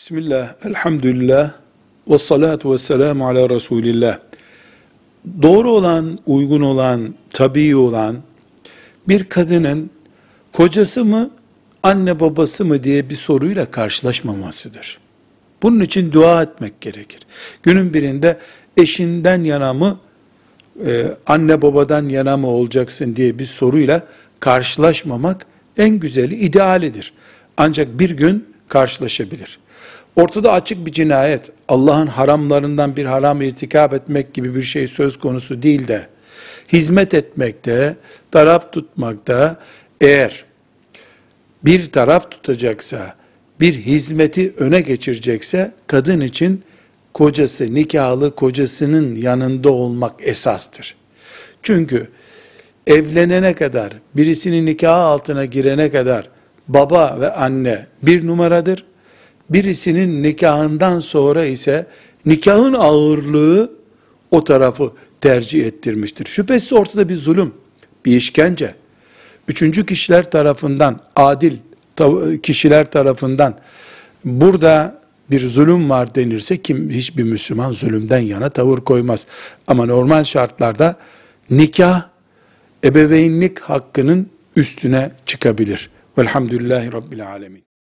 Bismillah, elhamdülillah, ve salatu ve selamu ala Resulillah. Doğru olan, uygun olan, tabii olan bir kadının kocası mı, anne babası mı diye bir soruyla karşılaşmamasıdır. Bunun için dua etmek gerekir. Günün birinde eşinden yana mı, anne babadan yana mı olacaksın diye bir soruyla karşılaşmamak en güzeli, idealidir. Ancak bir gün karşılaşabilir. Ortada açık bir cinayet, Allah'ın haramlarından bir haram irtikap etmek gibi bir şey söz konusu değil de, hizmet etmekte, taraf tutmakta, eğer bir taraf tutacaksa, bir hizmeti öne geçirecekse, kadın için kocası, nikahlı kocasının yanında olmak esastır. Çünkü evlenene kadar, birisinin nikahı altına girene kadar, baba ve anne bir numaradır. Birisinin nikahından sonra ise nikahın ağırlığı o tarafı tercih ettirmiştir. Şüphesiz ortada bir zulüm, bir işkence. Üçüncü kişiler tarafından, adil kişiler tarafından burada bir zulüm var denirse hiçbir Müslüman zulümden yana tavır koymaz. Ama normal şartlarda nikah ebeveynlik hakkının üstüne çıkabilir. Velhamdülillahi Rabbil Alemin.